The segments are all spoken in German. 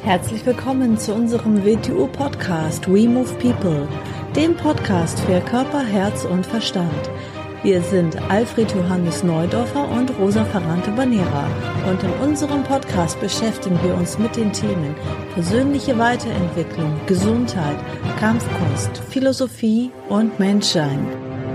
Herzlich willkommen zu unserem WTU-Podcast We Move People, dem Podcast für Körper, Herz und Verstand. Wir sind Alfred Johannes Neudorfer und Rosa Ferrante-Banera und in unserem Podcast beschäftigen wir uns mit den Themen persönliche Weiterentwicklung, Gesundheit, Kampfkunst, Philosophie und Menschsein.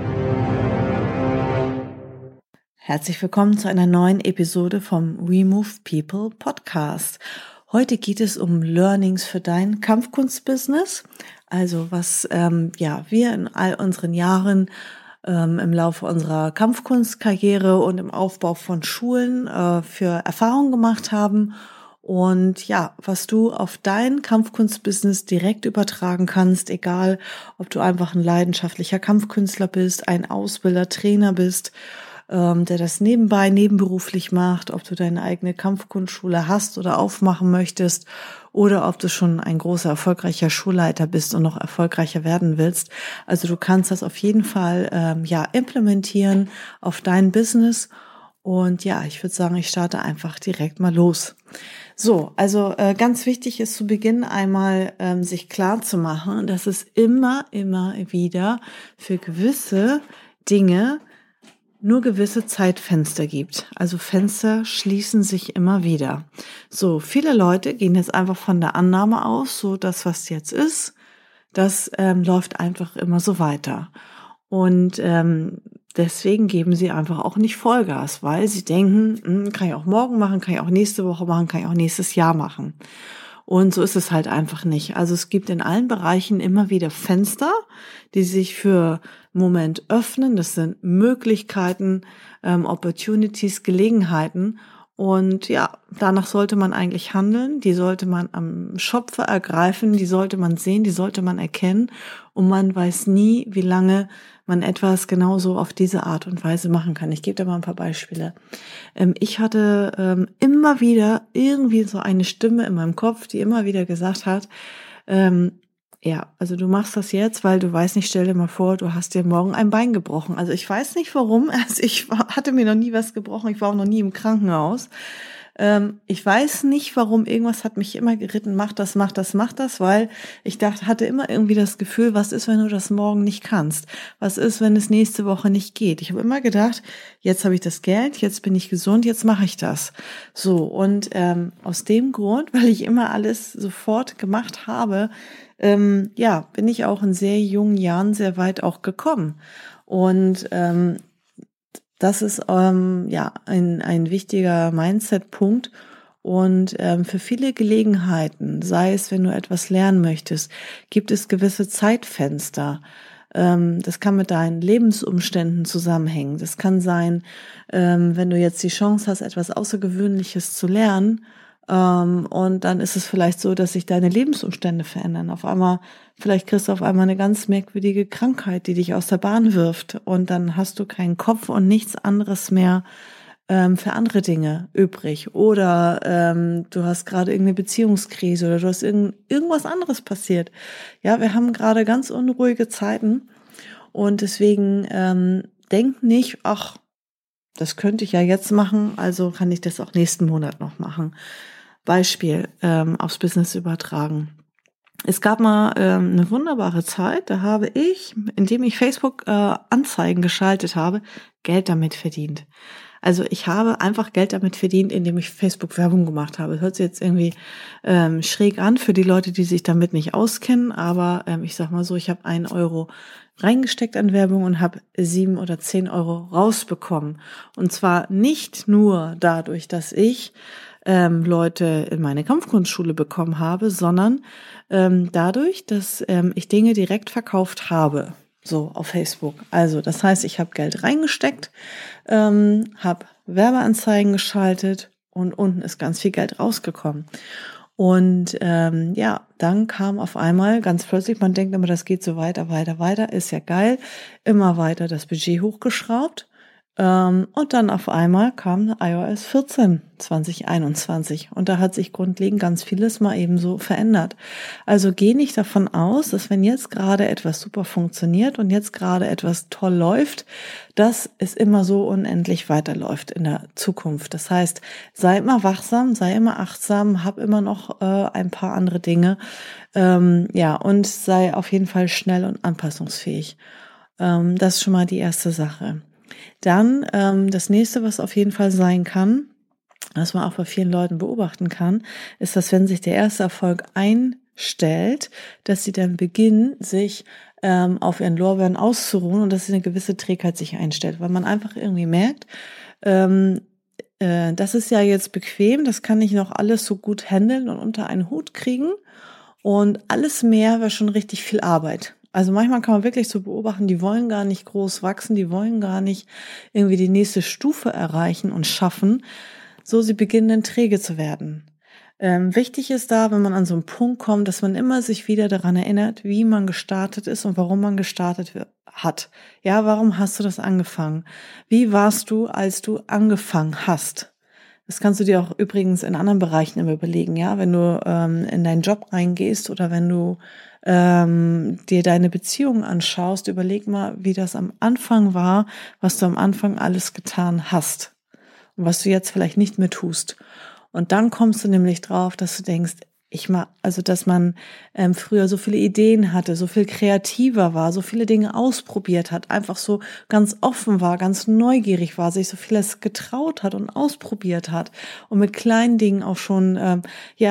Herzlich willkommen zu einer neuen Episode vom We Move People Podcast. Heute geht es um Learnings für dein Kampfkunstbusiness, also was wir in all unseren Jahren im Laufe unserer Kampfkunstkarriere und im Aufbau von Schulen für Erfahrungen gemacht haben und ja, was du auf dein Kampfkunstbusiness direkt übertragen kannst, egal ob du einfach ein leidenschaftlicher Kampfkünstler bist, ein Ausbilder, Trainer bist, der das nebenberuflich macht, ob du deine eigene Kampfkunstschule hast oder aufmachen möchtest oder ob du schon ein großer, erfolgreicher Schulleiter bist und noch erfolgreicher werden willst. Also du kannst das auf jeden Fall implementieren auf dein Business. Und ja, ich würde sagen, ich starte einfach direkt mal los. So, also ganz wichtig ist zu Beginn einmal sich klar zu machen, dass es immer wieder für gewisse Dinge nur gewisse Zeitfenster gibt. Also Fenster schließen sich immer wieder. So, viele Leute gehen jetzt einfach von der Annahme aus, so das, was jetzt ist, das läuft einfach immer so weiter. Und deswegen geben sie einfach auch nicht Vollgas, weil sie denken, kann ich auch morgen machen, kann ich auch nächste Woche machen, kann ich auch nächstes Jahr machen. Und so ist es halt einfach nicht. Also es gibt in allen Bereichen immer wieder Fenster, die sich für einen Moment öffnen. Das sind Möglichkeiten, Opportunities, Gelegenheiten. Und ja, danach sollte man eigentlich handeln. Die sollte man am Schopfe ergreifen, die sollte man sehen, die sollte man erkennen. Und man weiß nie, wie lange man etwas genauso auf diese Art und Weise machen kann. Ich gebe da mal ein paar Beispiele. Ich hatte immer wieder irgendwie so eine Stimme in meinem Kopf, die immer wieder gesagt hat, also du machst das jetzt, weil du weißt nicht, stell dir mal vor, du hast dir morgen ein Bein gebrochen. Also ich weiß nicht warum, hatte mir noch nie was gebrochen, ich war auch noch nie im Krankenhaus. Ich weiß nicht, warum, irgendwas hat mich immer geritten, mach das, weil ich hatte immer irgendwie das Gefühl, was ist, wenn du das morgen nicht kannst? Was ist, wenn es nächste Woche nicht geht? Ich habe immer gedacht, jetzt habe ich das Geld, jetzt bin ich gesund, jetzt mache ich das. So, und aus dem Grund, weil ich immer alles sofort gemacht habe, bin ich auch in sehr jungen Jahren sehr weit auch gekommen. Und das ist ein wichtiger Mindset-Punkt und für viele Gelegenheiten, sei es, wenn du etwas lernen möchtest, gibt es gewisse Zeitfenster. Das kann mit deinen Lebensumständen zusammenhängen. Das kann sein, wenn du jetzt die Chance hast, etwas Außergewöhnliches zu lernen, und dann ist es vielleicht so, dass sich deine Lebensumstände verändern. Vielleicht kriegst du auf einmal eine ganz merkwürdige Krankheit, die dich aus der Bahn wirft. Und dann hast du keinen Kopf und nichts anderes mehr für andere Dinge übrig. Oder du hast gerade irgendeine Beziehungskrise oder du hast irgendwas anderes passiert. Ja, wir haben gerade ganz unruhige Zeiten. Und deswegen denk nicht, ach, das könnte ich ja jetzt machen, also kann ich das auch nächsten Monat noch machen. Beispiel aufs Business übertragen. Es gab mal eine wunderbare Zeit, da habe ich, indem ich Facebook Anzeigen geschaltet habe, Geld damit verdient. Also ich habe einfach Geld damit verdient, indem ich Facebook Werbung gemacht habe. Das hört sich jetzt irgendwie schräg an für die Leute, die sich damit nicht auskennen, aber ich sag mal so, ich habe 1 Euro reingesteckt an Werbung und habe 7 oder 10 Euro rausbekommen. Und zwar nicht nur dadurch, dass ich Leute in meine Kampfkunstschule bekommen habe, sondern dadurch, dass ich Dinge direkt verkauft habe, so auf Facebook. Also das heißt, ich habe Geld reingesteckt, habe Werbeanzeigen geschaltet und unten ist ganz viel Geld rausgekommen. Und dann kam auf einmal ganz plötzlich, man denkt immer, das geht so weiter, ist ja geil, immer weiter das Budget hochgeschraubt. Und dann auf einmal kam iOS 14 2021 und da hat sich grundlegend ganz vieles mal eben so verändert. Also geh nicht davon aus, dass wenn jetzt gerade etwas super funktioniert und jetzt gerade etwas toll läuft, dass es immer so unendlich weiterläuft in der Zukunft. Das heißt, sei immer wachsam, sei immer achtsam, hab immer noch ein paar andere Dinge, und sei auf jeden Fall schnell und anpassungsfähig. Das ist schon mal die erste Sache. Dann das nächste, was auf jeden Fall sein kann, was man auch bei vielen Leuten beobachten kann, ist, dass wenn sich der erste Erfolg einstellt, dass sie dann beginnen, sich auf ihren Lorbeeren auszuruhen und dass eine gewisse Trägheit sich einstellt, weil man einfach irgendwie merkt, das ist ja jetzt bequem, das kann ich noch alles so gut handeln und unter einen Hut kriegen und alles mehr wäre schon richtig viel Arbeit. Also manchmal kann man wirklich so beobachten, die wollen gar nicht groß wachsen, die wollen gar nicht irgendwie die nächste Stufe erreichen und schaffen, so sie beginnen dann träge zu werden. Wichtig ist da, wenn man an so einen Punkt kommt, dass man immer sich wieder daran erinnert, wie man gestartet ist und warum man gestartet hat. Ja, warum hast du das angefangen? Wie warst du, als du angefangen hast? Das kannst du dir auch übrigens in anderen Bereichen immer überlegen, ja, wenn du in deinen Job reingehst oder wenn du dir deine Beziehung anschaust, überleg mal, wie das am Anfang war, was du am Anfang alles getan hast und was du jetzt vielleicht nicht mehr tust. Und dann kommst du nämlich drauf, dass du denkst, dass man früher so viele Ideen hatte, so viel kreativer war, so viele Dinge ausprobiert hat, einfach so ganz offen war, ganz neugierig war, sich so vieles getraut hat und ausprobiert hat und mit kleinen Dingen auch schon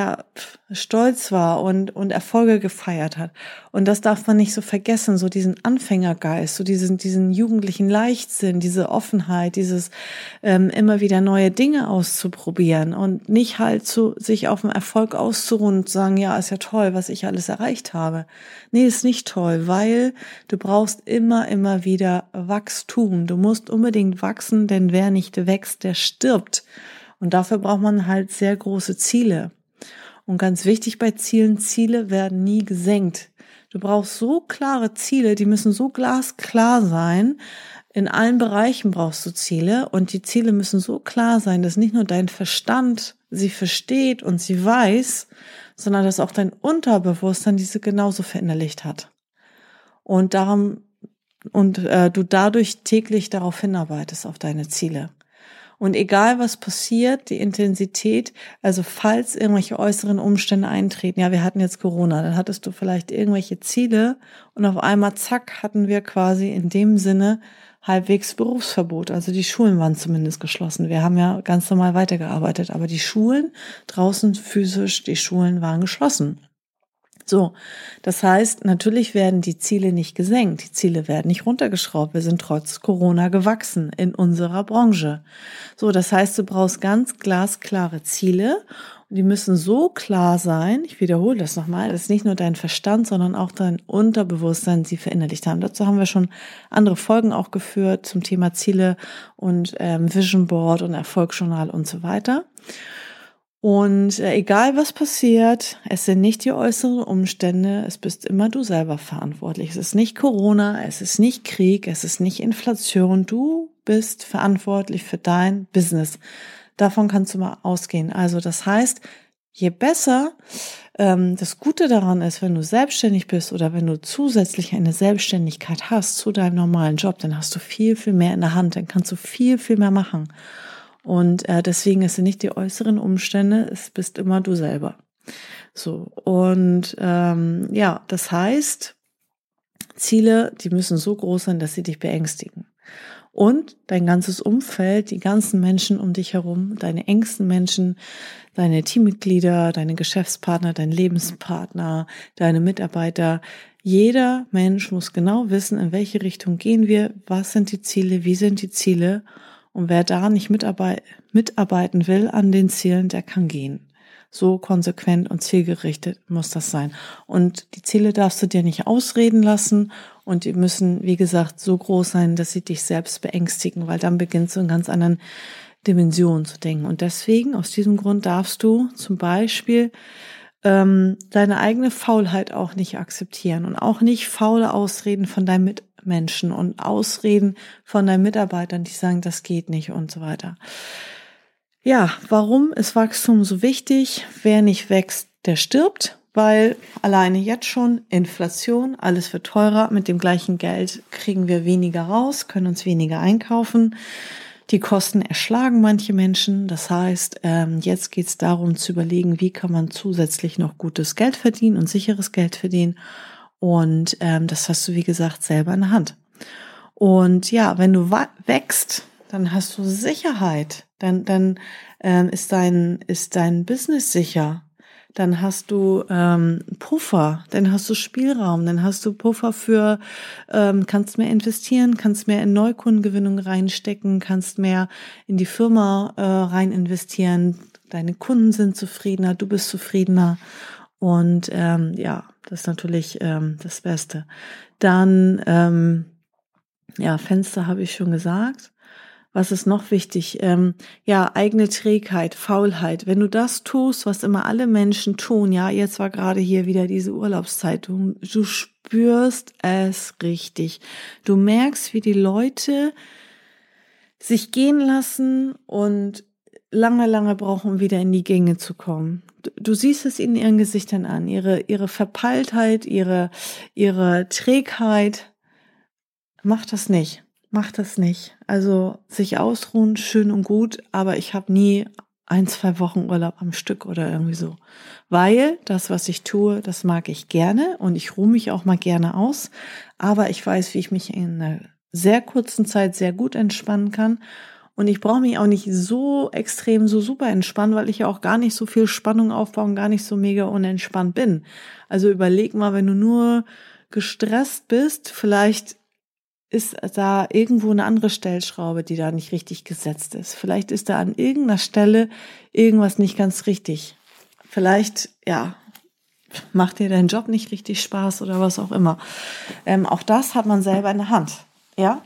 stolz war und Erfolge gefeiert hat. Und das darf man nicht so vergessen, so diesen Anfängergeist, so diesen jugendlichen Leichtsinn, diese Offenheit, dieses immer wieder neue Dinge auszuprobieren und nicht halt sich auf den Erfolg auszuruhen und sagen, ja, ist ja toll, was ich alles erreicht habe. Nee, ist nicht toll, weil du brauchst immer wieder Wachstum. Du musst unbedingt wachsen, denn wer nicht wächst, der stirbt. Und dafür braucht man halt sehr große Ziele. Und ganz wichtig bei Zielen, Ziele werden nie gesenkt. Du brauchst so klare Ziele, die müssen so glasklar sein. In allen Bereichen brauchst du Ziele und die Ziele müssen so klar sein, dass nicht nur dein Verstand sie versteht und sie weiß, sondern dass auch dein Unterbewusstsein diese genauso verinnerlicht hat. Und du dadurch täglich darauf hinarbeitest, auf deine Ziele. Und egal was passiert, die Intensität, also falls irgendwelche äußeren Umstände eintreten, ja, wir hatten jetzt Corona, dann hattest du vielleicht irgendwelche Ziele und auf einmal, zack, hatten wir quasi in dem Sinne halbwegs Berufsverbot. Also die Schulen waren zumindest geschlossen. Wir haben ja ganz normal weitergearbeitet, aber die Schulen draußen physisch, die Schulen waren geschlossen. So, das heißt, natürlich werden die Ziele nicht gesenkt, die Ziele werden nicht runtergeschraubt. Wir sind trotz Corona gewachsen in unserer Branche. So, das heißt, du brauchst ganz glasklare Ziele und die müssen so klar sein, ich wiederhole das nochmal, dass nicht nur dein Verstand, sondern auch dein Unterbewusstsein sie verinnerlicht haben. Dazu haben wir schon andere Folgen auch geführt zum Thema Ziele und Vision Board und Erfolgsjournal und so weiter. Und egal was passiert, es sind nicht die äußeren Umstände, es bist immer du selber verantwortlich. Es ist nicht Corona, es ist nicht Krieg, es ist nicht Inflation. Du bist verantwortlich für dein Business. Davon kannst du mal ausgehen. Also das heißt, je besser das Gute daran ist, wenn du selbstständig bist oder wenn du zusätzlich eine Selbstständigkeit hast zu deinem normalen Job, dann hast du viel mehr in der Hand, dann kannst du viel mehr machen. Und deswegen ist es nicht die äußeren Umstände, es bist immer du selber. So, und das heißt, Ziele, die müssen so groß sein, dass sie dich beängstigen. Und dein ganzes Umfeld, die ganzen Menschen um dich herum, deine engsten Menschen, deine Teammitglieder, deine Geschäftspartner, dein Lebenspartner, deine Mitarbeiter, jeder Mensch muss genau wissen, in welche Richtung gehen wir, was sind die Ziele, wie sind die Ziele. Und wer da nicht mitarbeiten will an den Zielen, der kann gehen. So konsequent und zielgerichtet muss das sein. Und die Ziele darfst du dir nicht ausreden lassen und die müssen, wie gesagt, so groß sein, dass sie dich selbst beängstigen, weil dann beginnst du in ganz anderen Dimensionen zu denken. Und deswegen, aus diesem Grund darfst du zum Beispiel deine eigene Faulheit auch nicht akzeptieren und auch nicht faule Ausreden von deinen Menschen und Ausreden von deinen Mitarbeitern, die sagen, das geht nicht und so weiter. Ja, warum ist Wachstum so wichtig? Wer nicht wächst, der stirbt, weil alleine jetzt schon Inflation, alles wird teurer, mit dem gleichen Geld kriegen wir weniger raus, können uns weniger einkaufen. Die Kosten erschlagen manche Menschen. Das heißt, jetzt geht es darum zu überlegen, wie kann man zusätzlich noch gutes Geld verdienen und sicheres Geld verdienen. Und das hast du, wie gesagt, selber in der Hand. Und ja, wenn du wächst, dann hast du Sicherheit. Dann ist dein Business sicher. Dann hast du Puffer, dann hast du Spielraum, dann hast du Puffer für, kannst mehr investieren, kannst mehr in Neukundengewinnung reinstecken, kannst mehr in die Firma rein investieren. Deine Kunden sind zufriedener, du bist zufriedener und ja, das ist natürlich das Beste. Dann ja, Fenster habe ich schon gesagt. Was ist noch wichtig? Ja, eigene Trägheit, Faulheit. Wenn du das tust, was immer alle Menschen tun, ja, jetzt war gerade hier wieder diese Urlaubszeit, du spürst es richtig. Du merkst, wie die Leute sich gehen lassen und lange brauchen, um wieder in die Gänge zu kommen. Du siehst es in ihren Gesichtern an, ihre Verpeiltheit, ihre Trägheit. Mach das nicht. Mach das nicht. Also sich ausruhen, schön und gut, aber ich habe nie 1-2 Wochen Urlaub am Stück oder irgendwie so. Weil das, was ich tue, das mag ich gerne und ich ruhe mich auch mal gerne aus, aber ich weiß, wie ich mich in einer sehr kurzen Zeit sehr gut entspannen kann und ich brauche mich auch nicht so extrem, so super entspannen, weil ich ja auch gar nicht so viel Spannung aufbaue und gar nicht so mega unentspannt bin. Also überleg mal, wenn du nur gestresst bist, vielleicht ist da irgendwo eine andere Stellschraube, die da nicht richtig gesetzt ist. Vielleicht ist da an irgendeiner Stelle irgendwas nicht ganz richtig. Vielleicht, ja, macht dir dein Job nicht richtig Spaß oder was auch immer. Auch das hat man selber in der Hand. Ja,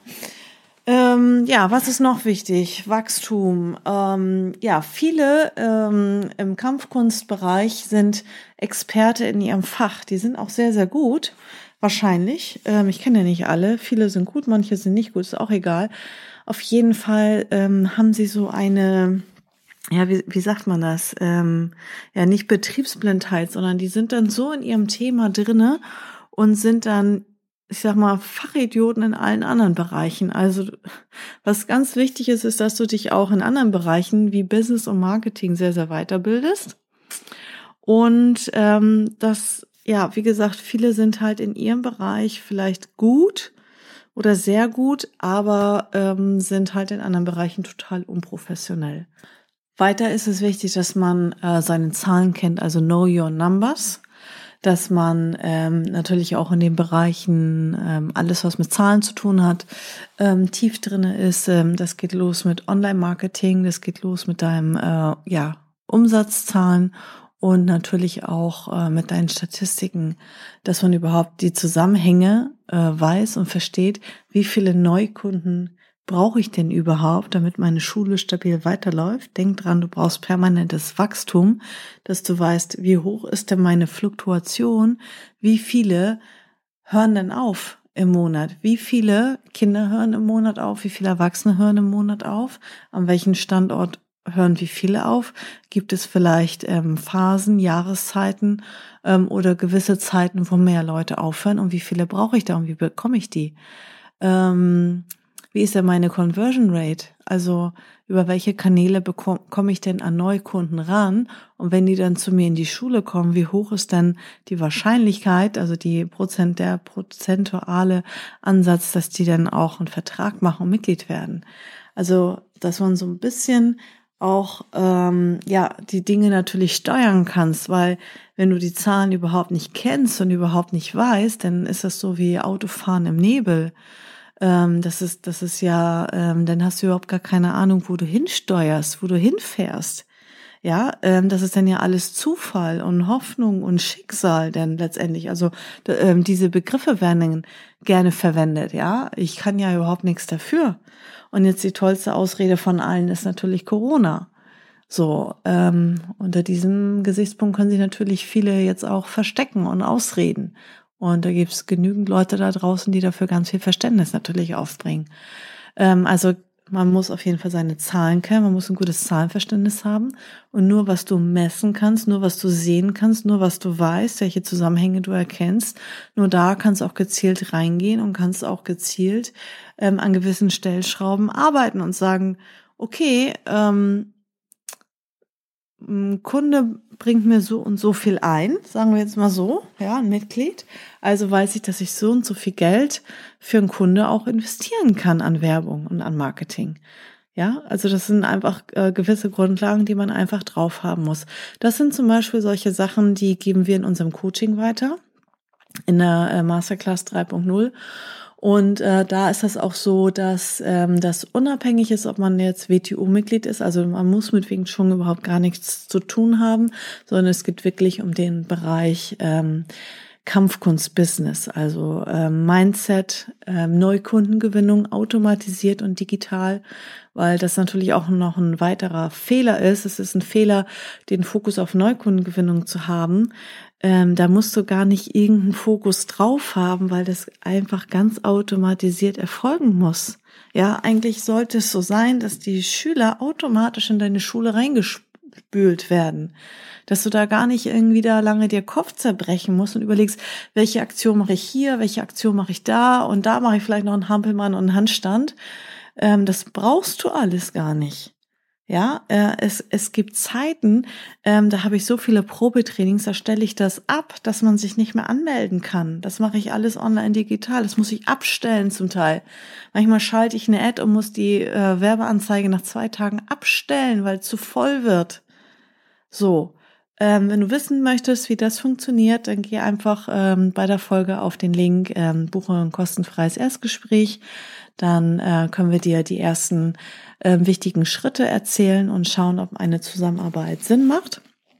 ja, was ist noch wichtig? Wachstum. Ja, viele im Kampfkunstbereich sind Experte in ihrem Fach. Die sind auch sehr, sehr gut. Wahrscheinlich. Ich kenne ja nicht alle. Viele sind gut, manche sind nicht gut, ist auch egal. Auf jeden Fall haben sie so eine, ja, wie sagt man das? Ja, nicht Betriebsblindheit, sondern die sind dann so in ihrem Thema drinne und sind dann, ich sag mal, Fachidioten in allen anderen Bereichen. Also was ganz wichtig ist, ist, dass du dich auch in anderen Bereichen wie Business und Marketing sehr, sehr weiterbildest. Und das ja, wie gesagt, viele sind halt in ihrem Bereich vielleicht gut oder sehr gut, aber sind halt in anderen Bereichen total unprofessionell. Weiter ist es wichtig, dass man seine Zahlen kennt, also know your numbers, dass man natürlich auch in den Bereichen alles, was mit Zahlen zu tun hat, tief drinne ist. Das geht los mit Online-Marketing, das geht los mit deinem ja, Umsatzzahlen und natürlich auch mit deinen Statistiken, dass man überhaupt die Zusammenhänge weiß und versteht, wie viele Neukunden brauche ich denn überhaupt, damit meine Schule stabil weiterläuft. Denk dran, du brauchst permanentes Wachstum, dass du weißt, wie hoch ist denn meine Fluktuation, wie viele hören denn auf im Monat, wie viele Kinder hören im Monat auf, wie viele Erwachsene hören im Monat auf, an welchem Standort hören wie viele auf? Gibt es vielleicht Phasen, Jahreszeiten oder gewisse Zeiten, wo mehr Leute aufhören? Und wie viele brauche ich da und wie bekomme ich die? Wie ist denn meine Conversion Rate? Also über welche Kanäle komme ich denn an Neukunden ran? Und wenn die dann zu mir in die Schule kommen, wie hoch ist denn die Wahrscheinlichkeit, also der prozentuale Ansatz, dass die dann auch einen Vertrag machen und Mitglied werden? Also, dass man so ein bisschen auch ja die Dinge natürlich steuern kannst, weil wenn du die Zahlen überhaupt nicht kennst und überhaupt nicht weißt, dann ist das so wie Autofahren im Nebel. Das ist ja, dann hast du überhaupt gar keine Ahnung, wo du hinsteuerst, wo du hinfährst. Ja, das ist dann ja alles Zufall und Hoffnung und Schicksal denn letztendlich. Also diese Begriffe werden dann gerne verwendet. Ja, ich kann ja überhaupt nichts dafür. Und jetzt die tollste Ausrede von allen ist natürlich Corona. So, unter diesem Gesichtspunkt können sich natürlich viele jetzt auch verstecken und ausreden. Und da gibt es genügend Leute da draußen, die dafür ganz viel Verständnis natürlich aufbringen. Also man muss auf jeden Fall seine Zahlen kennen, man muss ein gutes Zahlenverständnis haben. Und nur was du messen kannst, nur was du sehen kannst, nur was du weißt, welche Zusammenhänge du erkennst, nur da kannst du auch gezielt reingehen und kannst auch gezielt an gewissen Stellschrauben arbeiten und sagen, okay, ein Kunde bringt mir so und so viel ein, sagen wir jetzt mal so, ja, ein Mitglied. Also weiß ich, dass ich so und so viel Geld für einen Kunde auch investieren kann an Werbung und an Marketing. Ja, also das sind einfach gewisse Grundlagen, die man einfach drauf haben muss. Das sind zum Beispiel solche Sachen, die geben wir in unserem Coaching weiter, in der Masterclass 3.0. Und da ist das auch so, dass das unabhängig ist, ob man jetzt WTO-Mitglied ist. Also man muss mit Wing Chun überhaupt gar nichts zu tun haben, sondern es geht wirklich um den Bereich Kampfkunst-Business, also Mindset, Neukundengewinnung, automatisiert und digital, weil das natürlich auch noch ein weiterer Fehler ist. Es ist ein Fehler, den Fokus auf Neukundengewinnung zu haben. Da musst du gar nicht irgendeinen Fokus drauf haben, weil das einfach ganz automatisiert erfolgen muss. Ja, eigentlich sollte es so sein, dass die Schüler automatisch in deine Schule reingespült werden. Dass du da gar nicht irgendwie da lange dir Kopf zerbrechen musst und überlegst, welche Aktion mache ich hier, welche Aktion mache ich da und da mache ich vielleicht noch einen Hampelmann und einen Handstand. Das brauchst du alles gar nicht. Ja, es gibt Zeiten, da habe ich so viele Probetrainings, da stelle ich das ab, dass man sich nicht mehr anmelden kann. Das mache ich alles online digital. Das muss ich abstellen zum Teil. Manchmal schalte ich eine Ad und muss die Werbeanzeige nach 2 Tagen abstellen, weil es zu voll wird. So, wenn du wissen möchtest, wie das funktioniert, dann geh einfach bei der Folge auf den Link, buche ein kostenfreies Erstgespräch. Dann können wir dir die ersten wichtigen Schritte erzählen und schauen, ob eine Zusammenarbeit Sinn macht.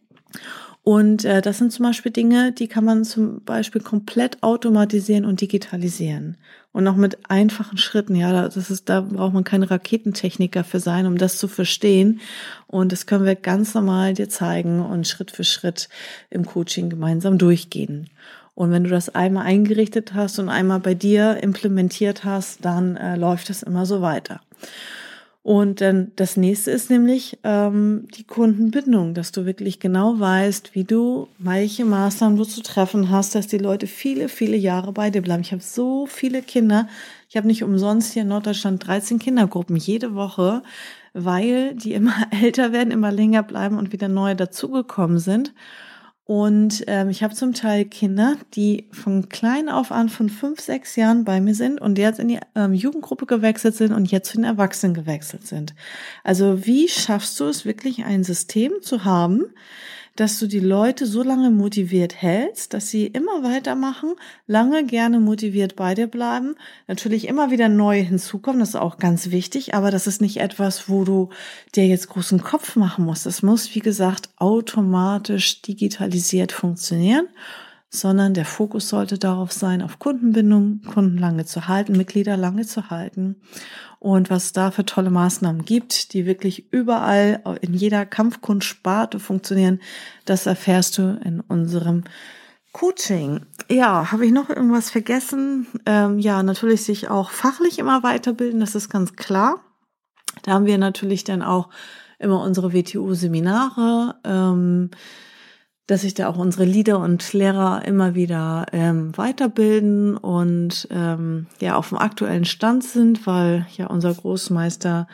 Und das sind zum Beispiel Dinge, die kann man zum Beispiel komplett automatisieren und digitalisieren. Und auch mit einfachen Schritten, ja, da braucht man kein Raketentechniker für sein, um das zu verstehen. Und das können wir ganz normal dir zeigen und Schritt für Schritt im Coaching gemeinsam durchgehen. Und wenn du das einmal eingerichtet hast und einmal bei dir implementiert hast, dann läuft es immer so weiter. Und dann das nächste ist nämlich die Kundenbindung, dass du wirklich genau weißt, welche Maßnahmen du zu treffen hast, dass die Leute viele, viele Jahre bei dir bleiben. Ich habe so viele Kinder. Ich habe nicht umsonst hier in Norddeutschland 13 Kindergruppen jede Woche, weil die immer älter werden, immer länger bleiben und wieder neue dazugekommen sind. Und ich habe zum Teil Kinder, die von klein auf an, von 5, 6 Jahren bei mir sind und jetzt in die Jugendgruppe gewechselt sind und jetzt zu den Erwachsenen gewechselt sind. Also wie schaffst du es wirklich, ein System zu haben, dass du die Leute so lange motiviert hältst, dass sie immer weitermachen, lange gerne motiviert bei dir bleiben, natürlich immer wieder neu hinzukommen, das ist auch ganz wichtig, aber das ist nicht etwas, wo du dir jetzt großen Kopf machen musst. Das muss, wie gesagt, automatisch digitalisiert funktionieren, sondern der Fokus sollte darauf sein, auf Kundenbindung, Kunden lange zu halten, Mitglieder lange zu halten. Und was es da für tolle Maßnahmen gibt, die wirklich überall in jeder Kampfkunstsparte funktionieren, das erfährst du in unserem Coaching. Ja, habe ich noch irgendwas vergessen? Ja, natürlich sich auch fachlich immer weiterbilden, das ist ganz klar. Da haben wir natürlich dann auch immer unsere WTO-Seminare, dass sich da auch unsere Leader und Lehrer immer wieder weiterbilden und ja auf dem aktuellen Stand sind, weil ja unser Großmeister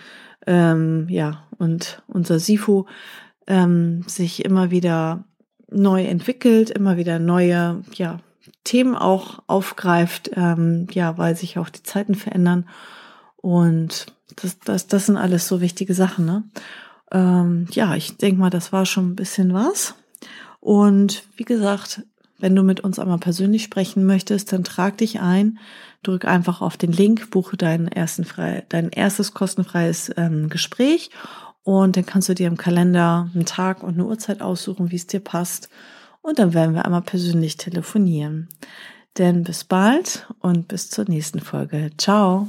und unser Sifu sich immer wieder neu entwickelt, immer wieder neue Themen auch aufgreift, weil sich auch die Zeiten verändern und das sind alles so wichtige Sachen, ne? Ich denke mal, das war schon ein bisschen was. Und wie gesagt, wenn du mit uns einmal persönlich sprechen möchtest, dann trag dich ein, drück einfach auf den Link, buche dein erstes kostenfreies Gespräch und dann kannst du dir im Kalender einen Tag und eine Uhrzeit aussuchen, wie es dir passt. Und dann werden wir einmal persönlich telefonieren. Denn bis bald und bis zur nächsten Folge. Ciao!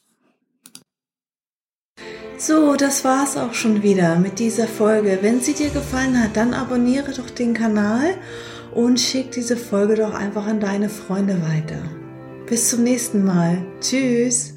So, das war's auch schon wieder mit dieser Folge. Wenn sie dir gefallen hat, dann abonniere doch den Kanal und schick diese Folge doch einfach an deine Freunde weiter. Bis zum nächsten Mal. Tschüss.